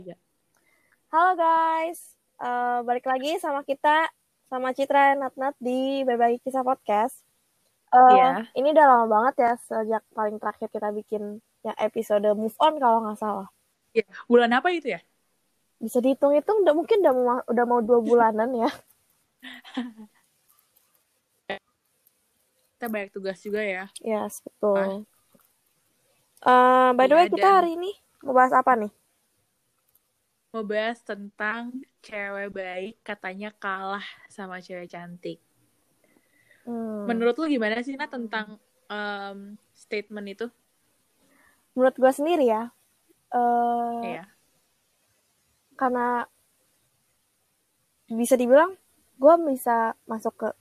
Halo guys, balik lagi sama kita, sama Citra dan Natnat di Berbagi Kisah Podcast. Iya. Ini udah lama banget ya sejak paling terakhir kita bikin yang episode Move On kalau nggak salah. Iya. Bulan apa itu ya? Bisa dihitung-hitung, mungkin udah mau 2 bulanan ya. Kita banyak tugas juga ya. Yes, Ah, betul. By the way, iya, kita dan hari ini mau bahas apa nih? mau bahas tentang cewek baik katanya kalah sama cewek cantik. Menurut lu gimana sih, tentang statement itu? Menurut gue sendiri ya, eh, Iya. karena bisa dibilang gue bisa masuk ke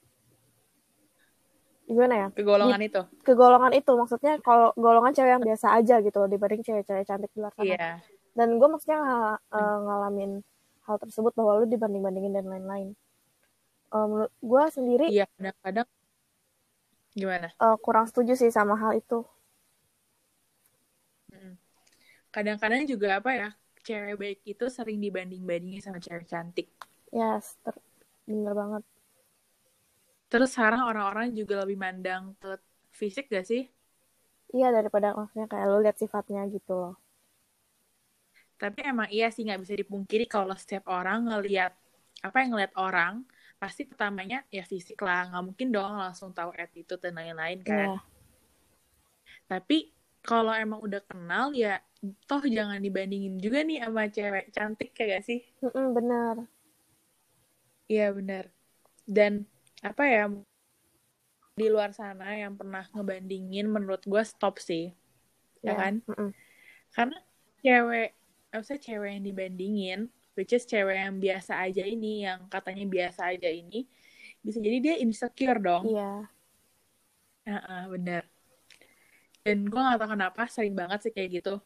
gimana ya, Ke di golongan itu? ke golongan itu, maksudnya kalau golongan cewek yang biasa aja gitu dibanding cewek-cewek cantik di luar sana. Iya. Dan gue maksudnya ngalamin hal tersebut bahwa lu dibanding-bandingin dan lain-lain. Menurut gue sendiri Iya, kadang-kadang gimana? kurang setuju sih sama hal itu. Mm. Kadang-kadang juga apa ya, cewek baik itu sering dibanding-bandingin sama cewek cantik. Yes, bener banget. Terus sekarang orang-orang juga lebih mandang ke fisik gak sih? Iya, daripada maksudnya kayak lu lihat sifatnya gitu loh. Tapi emang iya sih, nggak bisa dipungkiri kalau setiap orang ngelihat orang pasti pertamanya ya fisik lah, nggak mungkin dong langsung tahu attitude dan lain-lain kan. Iya. Tapi kalau emang udah kenal ya toh jangan dibandingin juga nih sama cewek cantik, kayak gak sih? Bener. Iya benar. Dan apa ya, di luar sana yang pernah ngebandingin, menurut gue stop sih, ya Iya. kan? Karena cewek yang dibandingin, which is cewek yang biasa aja ini, yang katanya biasa aja ini, bisa jadi dia insecure dong. Iya. Bener. Dan gue gak tau kenapa sering banget sih kayak gitu.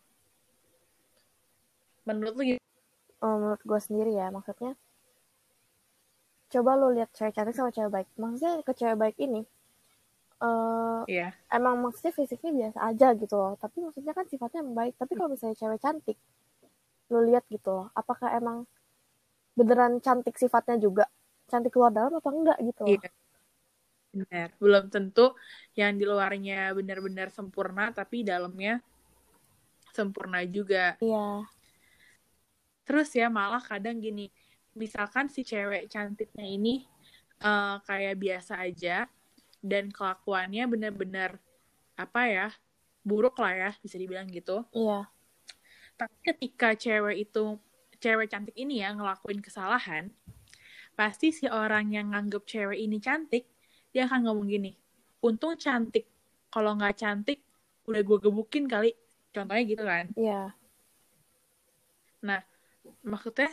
Menurut lu gimana? Menurut gue sendiri ya, maksudnya coba lu lihat cewek cantik sama cewek baik. Maksudnya ke cewek baik ini Iya. emang maksudnya fisiknya biasa aja gitu loh, tapi maksudnya kan sifatnya baik. Tapi kalau misalnya cewek cantik, lu lihat gitu loh, apakah emang beneran cantik sifatnya juga, cantik luar dalam apa enggak gitu loh. Iya, bener. Belum tentu yang di luarnya benar-benar sempurna, tapi dalamnya sempurna juga. Iya. Terus ya malah kadang gini, misalkan si cewek cantiknya ini kayak biasa aja, dan kelakuannya benar-benar apa ya, buruk lah ya, bisa dibilang gitu. Iya. Tapi ketika cewek cantik ini ya ngelakuin kesalahan, pasti si orang yang nganggep cewek ini cantik, dia akan ngomong gini, untung cantik, kalau nggak cantik udah gue gebukin kali, contohnya gitu kan. Iya. Nah, maksudnya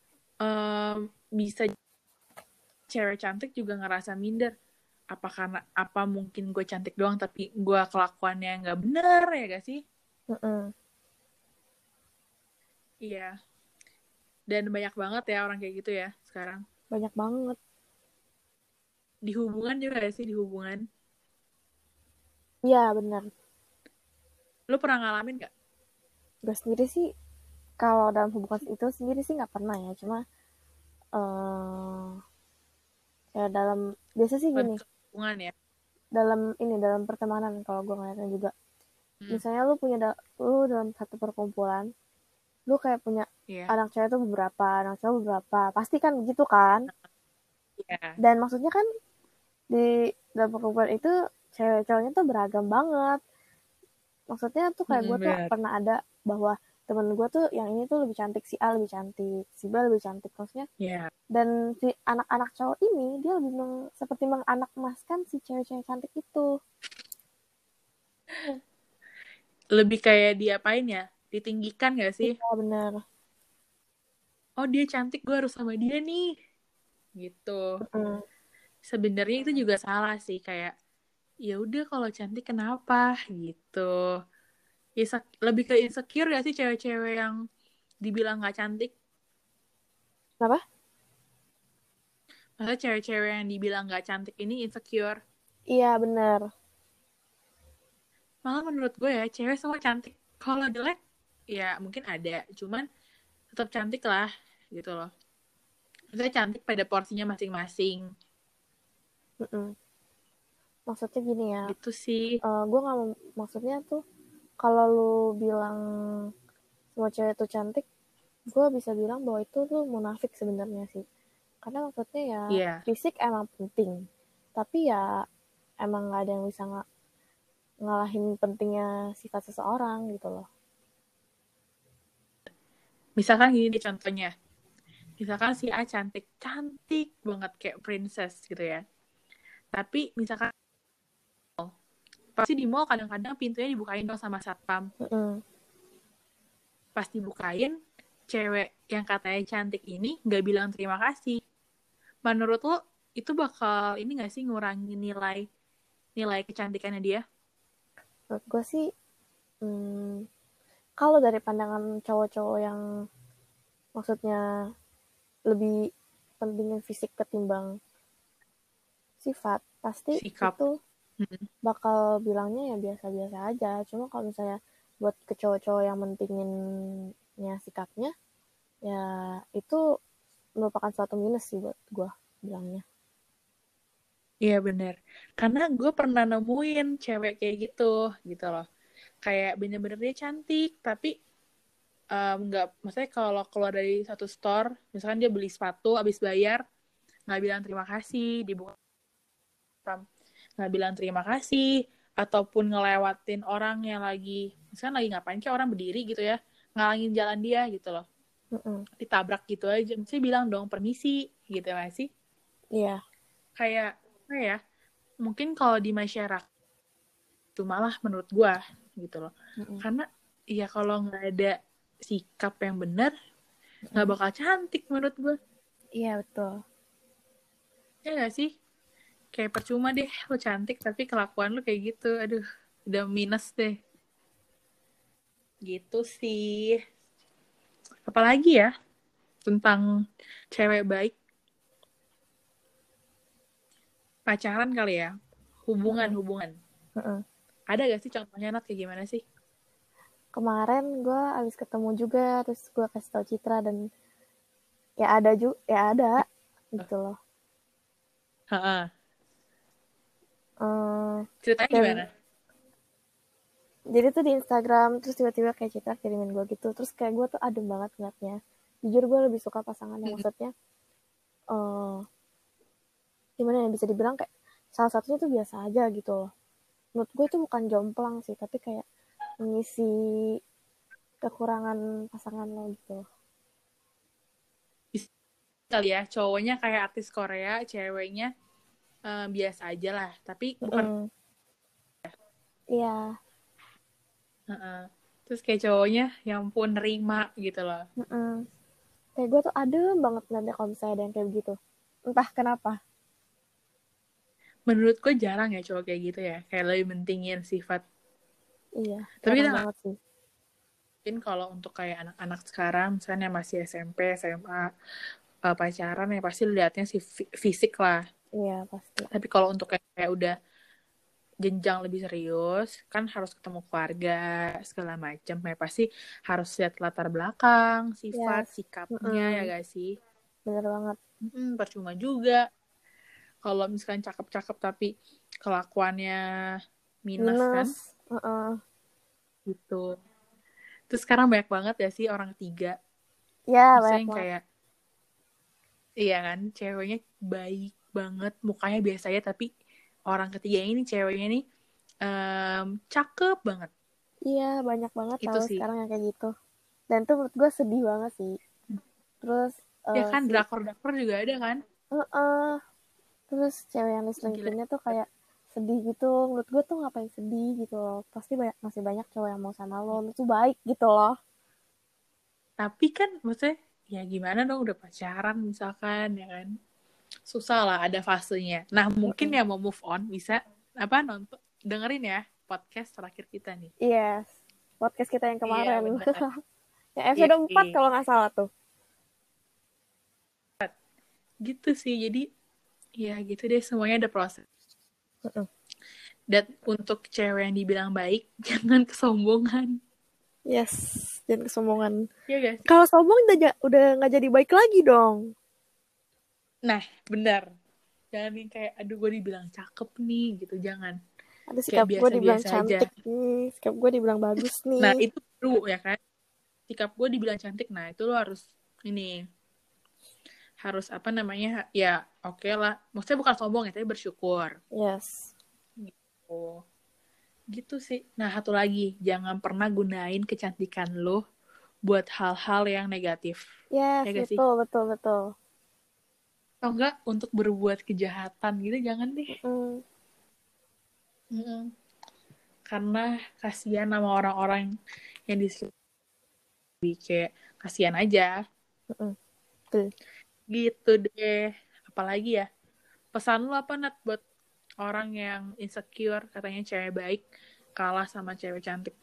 bisa cewek cantik juga ngerasa minder, apa mungkin gue cantik doang tapi gue kelakuannya nggak bener, ya gak sih? Iya. Dan banyak banget ya orang kayak gitu ya sekarang. Banyak banget. Di hubungan juga gak sih, di hubungan? Iya, benar. Lu pernah ngalamin gak? Gue sendiri sih kalau dalam hubungan itu sendiri sih nggak pernah ya, cuma ya dalam biasa sih gini, Hubungan ya. dalam pertemanan kalau gue ngeliatnya juga, misalnya lu dalam satu perkumpulan, lu kayak punya Iya. anak cewek tuh beberapa, anak cowok beberapa, pasti kan gitu kan. Iya. Dan maksudnya kan di dalam perkumpulan itu cewek cowoknya tuh beragam banget. Maksudnya tuh kayak gue tuh Bener. pernah ada bahwa temen gue tuh yang ini tuh lebih cantik, si A lebih cantik, si B lebih cantik, maksudnya. Iya. Dan si anak-anak cowok ini dia lebih seperti menganak emaskan si cewek-cewek cantik itu. Lebih kayak diapain ya, ditinggikan gak sih? Iya, benar. Oh dia cantik, gue harus sama dia nih, gitu. Sebenarnya itu juga salah sih, kayak ya udah kalau cantik kenapa gitu. Lebih ke insecure gak sih cewek-cewek yang dibilang nggak cantik? Kenapa? Maksudnya cewek-cewek yang dibilang nggak cantik ini insecure. Iya, benar. Malah menurut gue ya, cewek semua cantik. Kalau jelek, ya mungkin ada. Cuman tetap cantik lah gitu loh. Maksudnya cantik pada porsinya masing-masing. Maksudnya gini ya, Gitu sih. gue nggak maksudnya tuh kalau lu bilang semua cewek tuh cantik, gue bisa bilang bahwa itu tuh munafik sebenarnya sih. Karena maksudnya ya Iya. fisik emang penting, tapi ya emang nggak ada yang bisa ngalahin pentingnya sifat seseorang gitu loh. Misalkan gini deh contohnya. Misalkan si A cantik banget kayak princess gitu ya. Tapi misalkan pasti di mall kadang-kadang pintunya dibukain dong sama satpam. Pas dibukain, cewek yang katanya cantik ini nggak bilang terima kasih. Menurut lo itu bakal ini nggak sih ngurangin nilai kecantikannya dia? Menurut gue sih, kalau dari pandangan cowok-cowok yang maksudnya lebih pentingin fisik ketimbang sifat, pasti Sikap. itu bakal bilangnya ya biasa-biasa aja. Cuma kalau misalnya buat ke cowok-cowok yang mentinginnya sikapnya, ya itu merupakan suatu minus sih buat gue bilangnya. Iya bener. Karena gue pernah nemuin cewek kayak gitu loh. Kayak bener-bener dia cantik, tapi nggak, maksudnya kalau keluar dari satu store, misalkan dia beli sepatu, abis bayar, nggak bilang terima kasih, dibuka, nggak bilang terima kasih, ataupun ngelewatin orang yang lagi, misalkan lagi ngapain, kayak orang berdiri gitu ya, ngalangin jalan dia gitu loh. Ditabrak gitu aja, mesti bilang dong permisi gitu gak sih? Iya. Kayak apa ya, mungkin kalau di masyarakat itu malah menurut gue gitu loh. Karena ya kalau nggak ada sikap yang benar, nggak bakal cantik menurut gue. Iya betul. Ya nggak sih? Kayak percuma deh lo cantik tapi kelakuan lo kayak gitu, aduh udah minus deh. Gitu sih. Apalagi ya tentang cewek baik, pacaran kali ya, hubungan. Ada gak sih contohnya Nat kayak gimana sih? Kemarin gue abis ketemu juga, terus gue kasih tau Citra dan ya ada gitu loh. Ceritanya Dan gimana? jadi tuh di Instagram terus tiba-tiba kayak Citra kirimin gue gitu, terus kayak gue tuh adem banget ngeliatnya. Jujur gue lebih suka pasangannya, maksudnya gimana ya, bisa dibilang kayak salah satunya tuh biasa aja gitu loh. Menurut gue itu bukan jomplang sih, tapi kayak mengisi kekurangan pasangan lo gitu. Bisa kali ya, cowoknya kayak artis Korea, ceweknya biasa aja lah, tapi bukan. Iya. Terus kayak cowoknya yang pun nerima gitu loh. Kayak gue tuh adem banget ngeliatnya kalau misalnya ada yang kayak begitu, entah kenapa. Menurut gue jarang ya cowok kayak gitu ya, kayak lebih mentingin sifat. Iya, Tapi jarang kita banget sih. mungkin kalau untuk kayak anak-anak sekarang, misalnya masih SMP, SMA, pacaran ya pasti lihatnya sih fisik lah. Iya pasti. Tapi kalau untuk kayak udah jenjang lebih serius, kan harus ketemu keluarga segala macam, ya pasti harus lihat latar belakang, sifat, Yes. sikapnya ya gak sih? Bener banget. Percuma juga kalau misalkan cakep-cakep tapi kelakuannya minus kan gitu. Terus sekarang banyak banget ya sih orang ketiga, Ya misalnya banyak yang banget. kayak iya kan, ceweknya baik banget, mukanya biasa aja, tapi orang ketiga ini ceweknya nih cakep banget. Iya banyak banget Itu tahu sih. sekarang yang kayak gitu. Dan tuh menurut gue sedih banget sih. Terus Ya kan, si drakor juga ada kan. terus cewek yang Gila. diselingkuhinnya tuh kayak sedih gitu. Menurut gue tuh ngapain sedih gitu loh. Pasti masih banyak cowok yang mau sama lo. Lu tuh baik gitu loh. Tapi kan maksudnya ya gimana dong, udah pacaran misalkan ya kan, susah lah, ada fasenya. Nah mungkin yang mau move on bisa nonton, dengerin ya podcast terakhir kita nih. Yes. Podcast kita yang Iya kemarin. benar. Yang Iya, episode 4 kalau nggak salah tuh. gitu sih, jadi ya gitu deh, semuanya ada proses. Dan untuk cewek yang dibilang baik, jangan kesombongan. Yes. Jangan kesombongan. Iya guys. Kalau sombong udah nggak jadi baik lagi dong. Nah, benar. Jangan yang kayak, aduh gue dibilang cakep nih, gitu. Jangan. Ada sikap gue dibilang cantik nih, sikap gue dibilang bagus nih. Nah, itu perlu ya kan. Sikap gue dibilang cantik, nah itu lo harus ini. Harus apa namanya, ya oke lah. Maksudnya bukan sombong ya, tapi bersyukur. Yes. Gitu. Gitu sih. Nah, satu lagi. Jangan pernah gunain kecantikan lo buat hal-hal yang negatif. Yes, Ya gak betul, sih? betul. Atau enggak untuk berbuat kejahatan gitu, jangan deh. Karena kasihan sama orang-orang yang di kayak kasihan aja. Betul. Gitu deh. Apalagi ya? Pesan lu apa, Nat, buat orang yang insecure, katanya cewek baik kalah sama cewek cantik?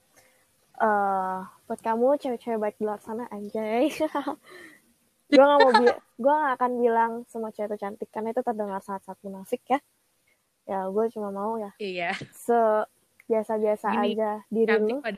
Buat kamu cewek-cewek baik di luar sana, anjay. gue gak akan bilang semua cewek itu cantik karena itu terdengar sangat-sangat munafik ya. Ya gue cuma mau ya. Iya. Biasa-biasa aja diri lu. Pada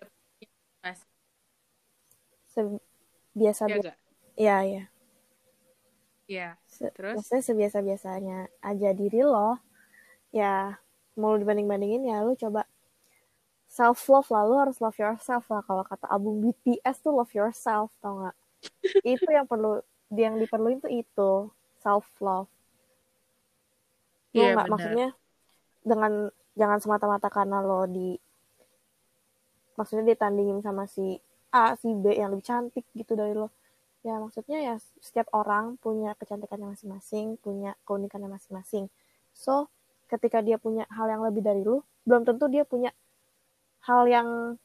biasa-biasa. Iya. Iya. Terus? Maksudnya sebiasa-biasanya aja diri lo. Ya mau dibanding-bandingin ya lu coba self love lah, lu harus love yourself lah. Kalau kata album BTS tuh love yourself, tau gak? Itu yang diperluin tuh itu self love. Lu nggak maksudnya dengan jangan semata-mata karena lo maksudnya ditandingin sama si A, si B yang lebih cantik gitu dari lo. Ya maksudnya ya setiap orang punya kecantikannya masing-masing, punya keunikannya masing-masing. So ketika dia punya hal yang lebih dari lu, belum tentu dia punya hal yang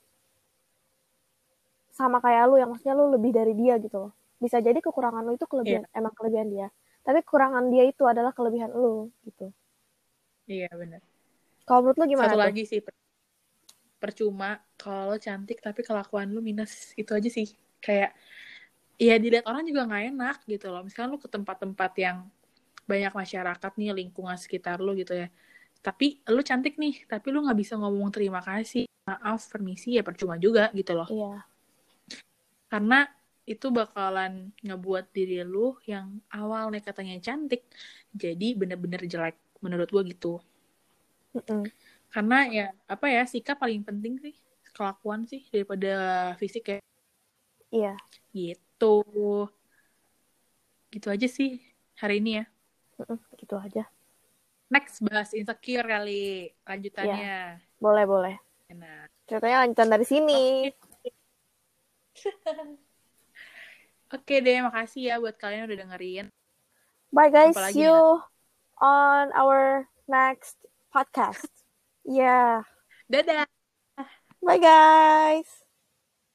sama kayak lu, yang maksudnya lu lebih dari dia gitu loh. Bisa jadi kekurangan lu itu kelebihan, emang kelebihan dia. Tapi kekurangan dia itu adalah kelebihan lu gitu. Iya benar. Kalau menurut lu gimana? Satu lagi sih, percuma kalau cantik tapi kelakuan lu minus. Itu aja sih. Kayak ya dilihat orang juga nggak enak gitu loh. Misalkan lu ke tempat-tempat yang banyak masyarakat nih, lingkungan sekitar lu gitu ya. Tapi lu cantik nih, tapi lu nggak bisa ngomong terima kasih, maaf, permisi, ya percuma juga gitu loh. Iya. Karena itu bakalan ngebuat diri lu yang awalnya katanya cantik, jadi bener-bener jelek. Menurut gue gitu. Karena ya, apa ya, sikap paling penting sih. Kelakuan sih, daripada fisik ya. Iya. Gitu. Gitu aja sih hari ini ya. Gitu aja. Next, bahas insecure kali lanjutannya. Ya, boleh. Nah. Ceritanya lanjutan dari sini. Oke deh, makasih ya buat kalian udah dengerin. Bye guys, see you on our next podcast. Yeah. Dadah. Bye guys.